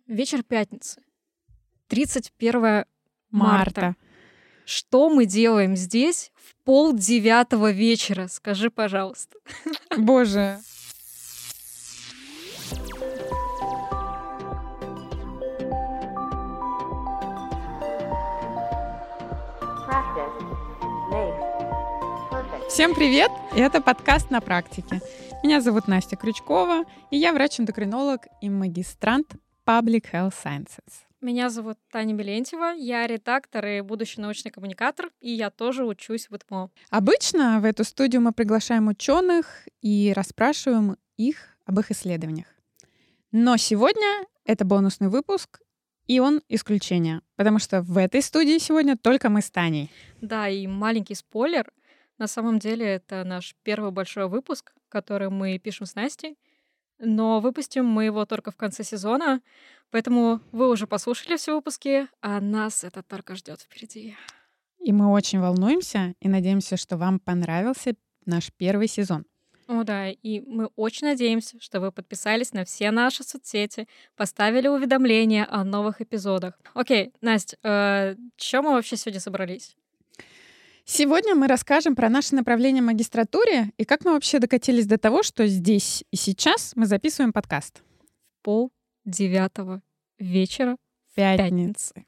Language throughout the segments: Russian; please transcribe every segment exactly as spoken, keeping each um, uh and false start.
Вечер пятницы, тридцать первое марта. Марта. Что мы делаем здесь в полдевятого вечера? Скажи, пожалуйста. Боже. Всем привет! И это подкаст «На практике». Меня зовут Настя Крючкова, и я врач-эндокринолог и магистрант Public Health Sciences. Меня зовут Таня Милентьева, я редактор и будущий научный коммуникатор, и я тоже учусь в ИТМО. Обычно в эту студию мы приглашаем ученых и расспрашиваем их об их исследованиях. Но сегодня это бонусный выпуск, и он исключение, потому что в этой студии сегодня только мы с Таней. Да, и маленький спойлер. На самом деле это наш первый большой выпуск, который мы пишем с Настей, но выпустим мы его только в конце сезона, поэтому вы уже послушали все выпуски, а нас это только ждет впереди. И мы очень волнуемся и надеемся, что вам понравился наш первый сезон. О, да, и мы очень надеемся, что вы подписались на все наши соцсети, поставили уведомления о новых эпизодах. Окей, Настя, э, чё мы вообще сегодня собрались? Сегодня мы расскажем про наше направление в магистратуре и как мы вообще докатились до того, что здесь и сейчас мы записываем подкаст. Пол девятого вечера Пятницы.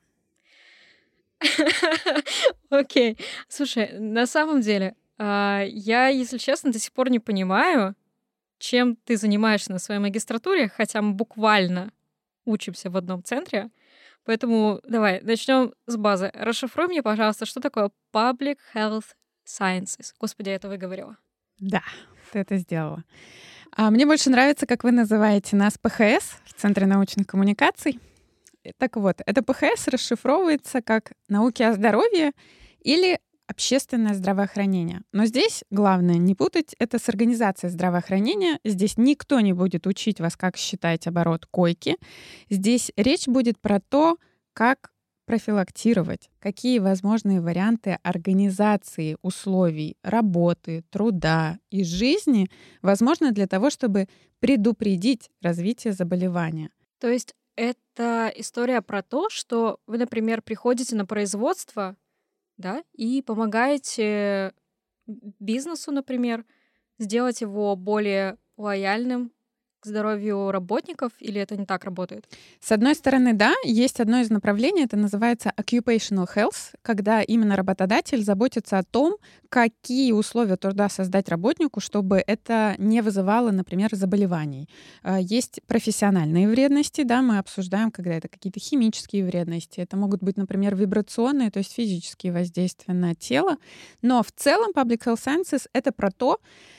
Окей. Слушай, на самом деле, а, я, если честно, до сих пор не понимаю, чем ты занимаешься на своей магистратуре, хотя мы буквально учимся в одном центре. Поэтому давай начнем с базы. Расшифруй мне, пожалуйста, что такое Public Health Sciences. Господи, я это выговорила. Да, ты это сделала. А мне больше нравится, как вы называете нас пэ ха эс в Центре научных коммуникаций. Так вот, это пэ ха эс расшифровывается как «науки о здоровье» или «общественное здравоохранение». Но здесь главное не путать это с организацией здравоохранения. Здесь никто не будет учить вас, как считать оборот койки. Здесь речь будет про то, как профилактировать, какие возможные варианты организации условий работы, труда и жизни возможны для того, чтобы предупредить развитие заболевания. То есть это история про то, что вы, например, приходите на производство, да, и помогаете бизнесу, например, сделать его более лояльным к здоровью работников, или это не так работает? С одной стороны, да, есть одно из направлений, это называется occupational health, когда именно работодатель заботится о том, какие условия труда создать работнику, чтобы это не вызывало, например, заболеваний. Есть профессиональные вредности, да, мы обсуждаем, когда это какие-то химические вредности, это могут быть, например, вибрационные, то есть физические воздействия на тело, но в целом Public Health Sciences — это про то,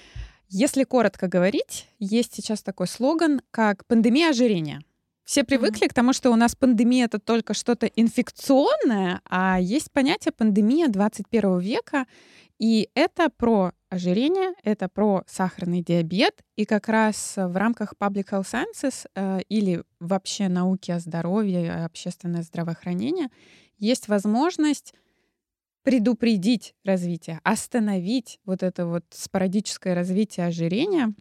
если коротко говорить, есть сейчас такой слоган, как «пандемия ожирения». Все привыкли mm-hmm. к тому, что у нас пандемия — это только что-то инфекционное, а есть понятие пандемия двадцать первого века, и это про ожирение, это про сахарный диабет, и как раз в рамках Public Health Sciences э, или вообще науки о здоровье, общественное здравоохранение есть возможность предупредить развитие, остановить вот это вот спорадическое развитие ожирения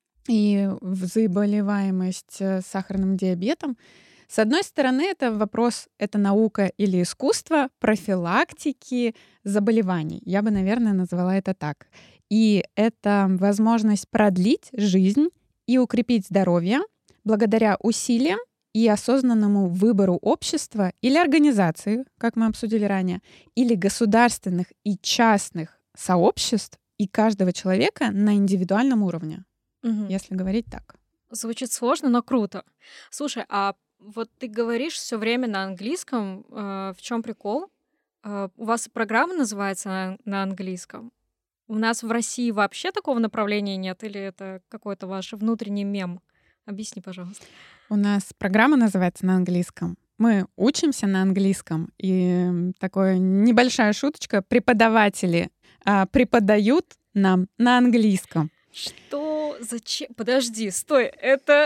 и заболеваемость сахарным диабетом. С одной стороны, это вопрос, это наука или искусство профилактики заболеваний. Я бы, наверное, назвала это так. И это возможность продлить жизнь и укрепить здоровье благодаря усилиям и осознанному выбору общества или организации, как мы обсудили ранее, или государственных и частных сообществ и каждого человека на индивидуальном уровне, Угу. если говорить так. Звучит сложно, но круто. Слушай, а вот ты говоришь все время на английском. Э, в чем прикол? Э, у вас программа называется на, на английском. У нас в России вообще такого направления нет, или это какой-то ваш внутренний мем? Объясни, пожалуйста. У нас программа называется на английском. Мы учимся на английском. И такая небольшая шуточка. Преподаватели а, преподают нам на английском. Что? Зачем? Подожди, стой. Это...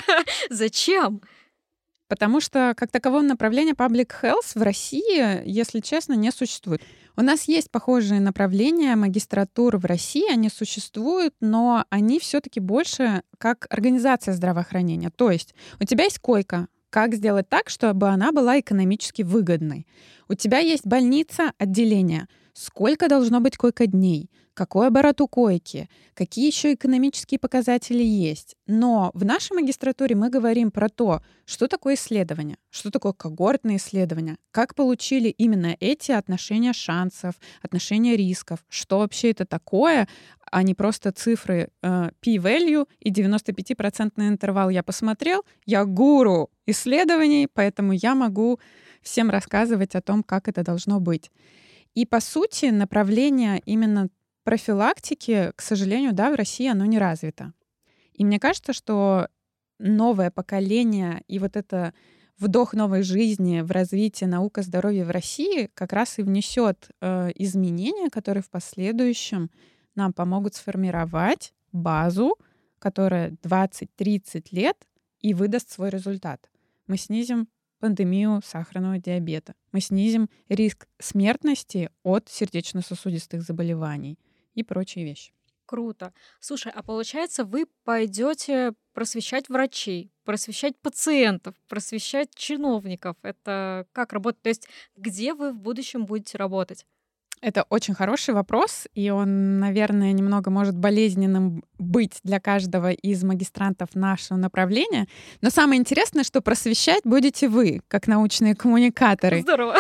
Зачем? Потому что как такового направления Public Health в России, если честно, не существует. У нас есть похожие направления магистратуры в России, они существуют, но они все-таки больше как организация здравоохранения. То есть у тебя есть койка, как сделать так, чтобы она была экономически выгодной. У тебя есть больница, отделение. Сколько должно быть койко-дней? Какой оборот у койки? Какие еще экономические показатели есть? Но в нашей магистратуре мы говорим про то, что такое исследование, что такое когортное исследование, как получили именно эти отношения шансов, отношения рисков, что вообще это такое, а не просто цифры э, p-value и девяносто пять процентов интервал. Я посмотрел, я гуру исследований, поэтому я могу всем рассказывать о том, как это должно быть. И, по сути, направление именно профилактики, к сожалению, да, в России оно не развито. И мне кажется, что новое поколение и вот это вдох новой жизни в развитие наука здоровья в России как раз и внесет э, изменения, которые в последующем нам помогут сформировать базу, которая двадцать-тридцать лет и выдаст свой результат. Мы снизим пандемию сахарного диабета. Мы снизим риск смертности от сердечно-сосудистых заболеваний и прочие вещи. Круто. Слушай, а получается, вы пойдете просвещать врачей, просвещать пациентов, просвещать чиновников. Это как работает? То есть где вы в будущем будете работать? Это очень хороший вопрос, и он, наверное, немного может болезненным быть для каждого из магистрантов нашего направления. Но самое интересное, что просвещать будете вы, как научные коммуникаторы. Здорово.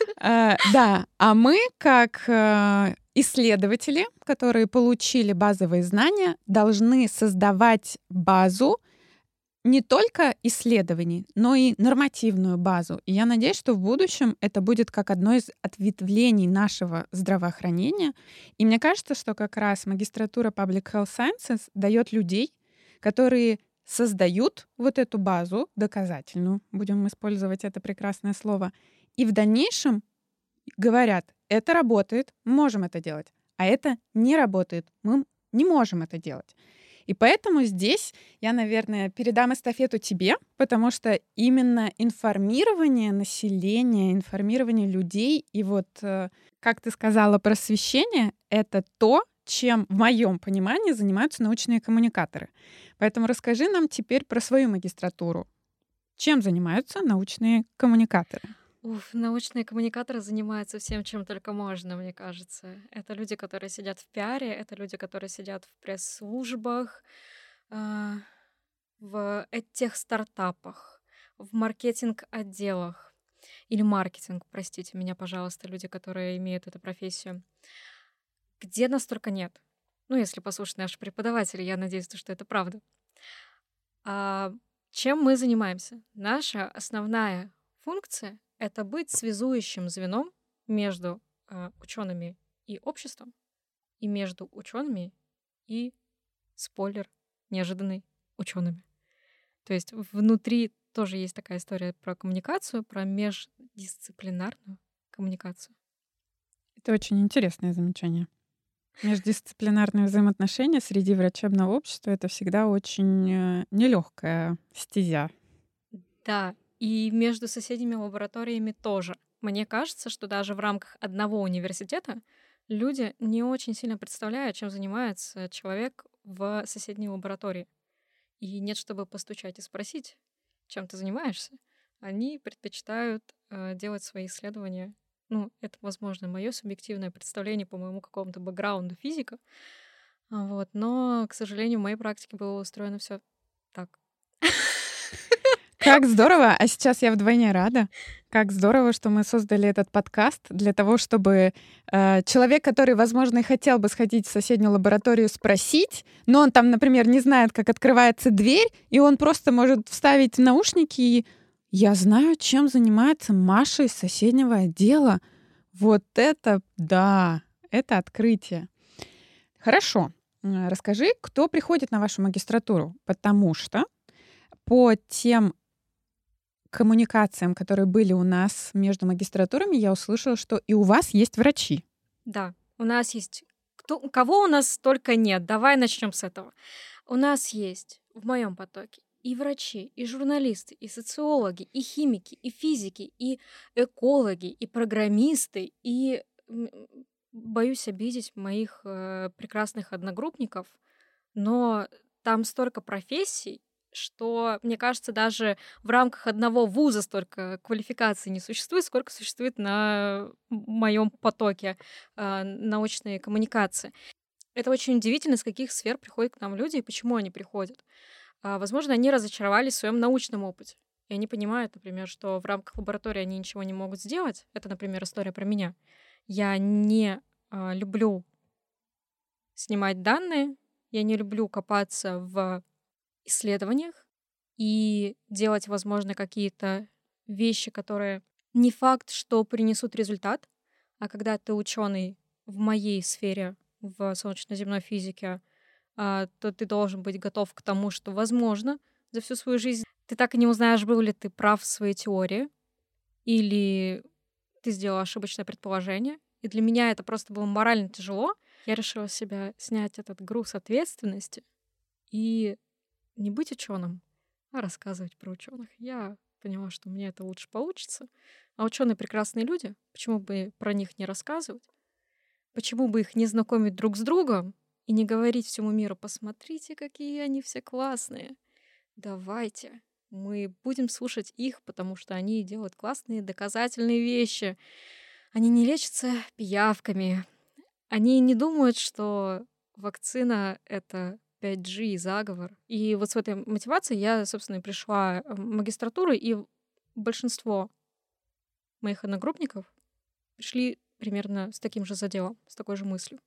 А, да, а мы, как а, исследователи, которые получили базовые знания, должны создавать базу не только исследований, но и нормативную базу. И я надеюсь, что в будущем это будет как одно из ответвлений нашего здравоохранения. И мне кажется, что как раз магистратура Public Health Sciences дает людей, которые создают вот эту базу доказательную, будем использовать это прекрасное слово, и в дальнейшем говорят, это работает, мы можем это делать, а это не работает, мы не можем это делать. И поэтому здесь я, наверное, передам эстафету тебе, потому что именно информирование населения, информирование людей и вот, как ты сказала, просвещение — это то, чем в моем понимании занимаются научные коммуникаторы. Поэтому расскажи нам теперь про свою магистратуру. Чем занимаются научные коммуникаторы? Уф, научные коммуникаторы занимаются всем, чем только можно, мне кажется. Это люди, которые сидят в пиаре, это люди, которые сидят в пресс-службах, э, в этих стартапах, в маркетинг-отделах. Или маркетинг, простите меня, пожалуйста, люди, которые имеют эту профессию. Где нас только нет. Ну, если послушать наших преподавателей, я надеюсь, что это правда. А чем мы занимаемся? Наша основная функция — это быть связующим звеном между э, учеными и обществом, и между учеными и, спойлер, неожиданный, учеными. То есть внутри тоже есть такая история про коммуникацию, про междисциплинарную коммуникацию. Это очень интересное замечание. Междисциплинарные взаимоотношения среди врачебного общества — это всегда очень нелегкая стезя. Да, и между соседними лабораториями тоже. Мне кажется, что даже в рамках одного университета люди не очень сильно представляют, чем занимается человек в соседней лаборатории. И нет, чтобы постучать и спросить, чем ты занимаешься. Они предпочитают э, делать свои исследования. Ну, это, возможно, мое субъективное представление по моему какому-то бэкграунду физика. Вот. Но, к сожалению, в моей практике было устроено все так. Как здорово! А сейчас я вдвойне рада. Как здорово, что мы создали этот подкаст для того, чтобы э, человек, который, возможно, и хотел бы сходить в соседнюю лабораторию, спросить, но он там, например, не знает, как открывается дверь, и он просто может вставить в наушники и «Я знаю, чем занимается Маша из соседнего отдела». Вот это да, это открытие. Хорошо. Расскажи, кто приходит на вашу магистратуру, потому что по тем коммуникациям, которые были у нас между магистратурами, я услышала, что и у вас есть врачи. Да, у нас есть... Кто, кого у нас только нет? Давай начнем с этого. У нас есть в моем потоке и врачи, и журналисты, и социологи, и химики, и физики, и экологи, и программисты, и... Боюсь обидеть моих э, прекрасных одногруппников, но там столько профессий, что, мне кажется, даже в рамках одного вуза столько квалификаций не существует, сколько существует на моем потоке э, научной коммуникации. Это очень удивительно, с каких сфер приходят к нам люди и почему они приходят. А, возможно, они разочаровались в своем научном опыте. И они понимают, например, что в рамках лаборатории они ничего не могут сделать. Это, например, история про меня. Я не а, люблю снимать данные, я не люблю копаться в исследованиях и делать, возможно, какие-то вещи, которые не факт, что принесут результат, а когда ты ученый в моей сфере, в солнечно-земной физике, а, то ты должен быть готов к тому, что, возможно, за всю свою жизнь ты так и не узнаешь, был ли ты прав в своей теории, или ты сделал ошибочное предположение. И для меня это просто было морально тяжело. Я решила с себя снять этот груз ответственности и не быть ученым, а рассказывать про ученых. Я поняла, что мне это лучше получится. А ученые прекрасные люди. Почему бы про них не рассказывать? Почему бы их не знакомить друг с другом и не говорить всему миру: посмотрите, какие они все классные. Давайте мы будем слушать их, потому что они делают классные доказательные вещи. Они не лечатся пиявками. Они не думают, что вакцина — это пять джи и заговор. И вот с этой мотивацией я, собственно, и пришла в магистратуру, и большинство моих одногруппников пришли примерно с таким же заделом, с такой же мыслью.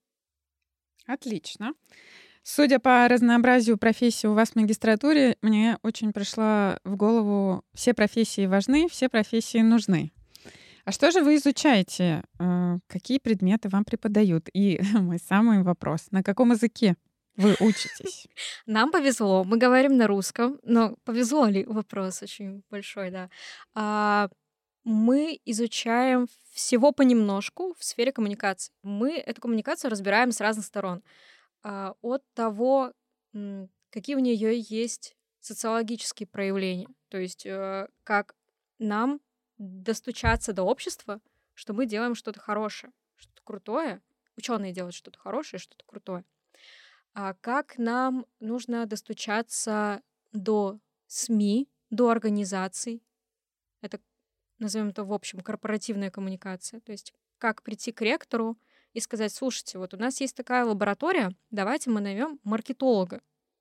Отлично. Судя по разнообразию профессий у вас в магистратуре, мне очень пришла в голову: все профессии важны, все профессии нужны. А что же вы изучаете? Э, Какие предметы вам преподают? И мой самый вопрос: на каком языке вы учитесь? Нам повезло, мы говорим на русском, но повезло ли — вопрос очень большой, да. А, Мы изучаем всего понемножку в сфере коммуникации. Мы эту коммуникацию разбираем с разных сторон. А, От того, м, какие у нее есть социологические проявления, то есть э, как нам достучаться до общества, что мы делаем что-то хорошее, что-то крутое. Ученые делают что-то хорошее, что-то крутое. А как нам нужно достучаться до СМИ, до организаций. Это, назовем это в общем, корпоративная коммуникация. То есть как прийти к ректору и сказать: слушайте, вот у нас есть такая лаборатория, давайте мы наймем маркетолога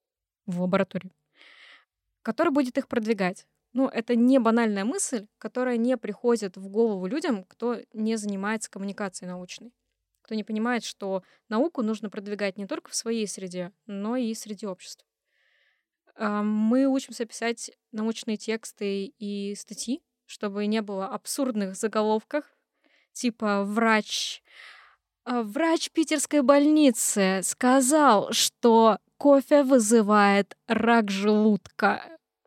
в лабораторию, который будет их продвигать. Ну, это не банальная мысль, которая не приходит в голову людям, кто не занимается коммуникацией научной, кто не понимает, что науку нужно продвигать не только в своей среде, но и среди общества. А, Мы учимся писать научные тексты и статьи, чтобы не было абсурдных заголовков, типа «Врач а, врач питерской больницы сказал, что кофе вызывает рак желудка».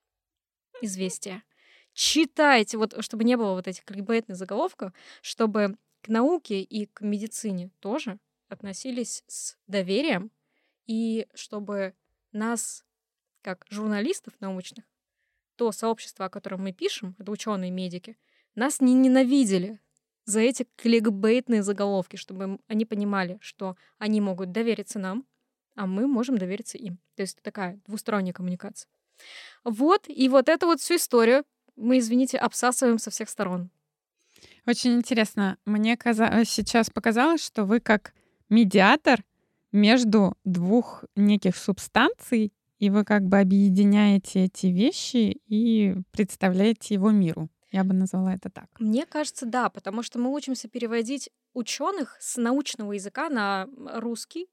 Известия. Читайте, вот чтобы не было вот этих кликбейтных заголовков, чтобы к науке и к медицине тоже относились с доверием, и чтобы нас, как журналистов научных, то сообщество, о котором мы пишем, это ученые, медики, нас не ненавидели за эти кликбейтные заголовки, чтобы они понимали, что они могут довериться нам, а мы можем довериться им. То есть такая двусторонняя коммуникация. Вот, и вот эту вот всю историю мы, извините, обсасываем со всех сторон. Очень интересно. Мне каза- сейчас показалось, что вы как медиатор между двух неких субстанций, и вы как бы объединяете эти вещи и представляете его миру. Я бы назвала это так. Мне кажется, да, потому что мы учимся переводить ученых с научного языка на русский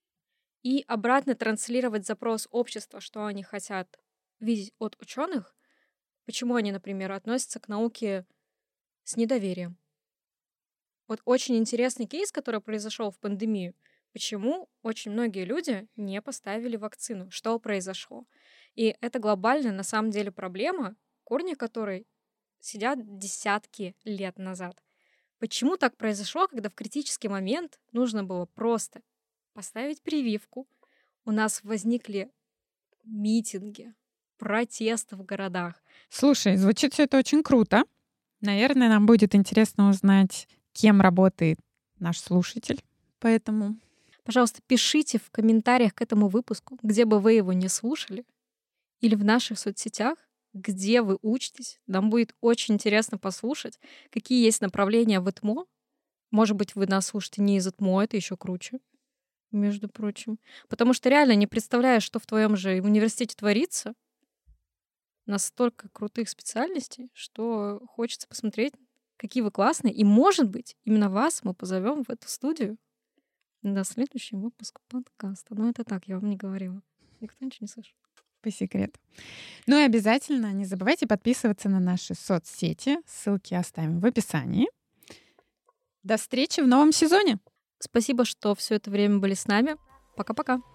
и обратно транслировать запрос общества, что они хотят видеть от ученых, почему они, например, относятся к науке с недоверием. Вот очень интересный кейс, который произошел в пандемию. Почему очень многие люди не поставили вакцину? Что произошло? И это глобальная, на самом деле, проблема, корни которой сидят десятки лет назад. Почему так произошло, когда в критический момент нужно было просто поставить прививку? У нас возникли митинги, протесты в городах. Слушай, звучит все это очень круто. Наверное, нам будет интересно узнать, кем работает наш слушатель. Поэтому Пожалуйста, пишите в комментариях к этому выпуску, где бы вы его не слушали, или в наших соцсетях, где вы учитесь. Нам будет очень интересно послушать, какие есть направления в ИТМО. Может быть, вы нас слушаете не из ИТМО, это еще круче, между прочим. Потому что реально не представляешь, что в твоем же университете творится. Настолько крутых специальностей, что хочется посмотреть, какие вы классные. И, может быть, именно вас мы позовем в эту студию на следующий выпуск подкаста. Но это так, я вам не говорила. Никто ничего не слышал. По секрету. Ну и обязательно не забывайте подписываться на наши соцсети. Ссылки оставим в описании. До встречи в новом сезоне. Спасибо, что все это время были с нами. Пока-пока.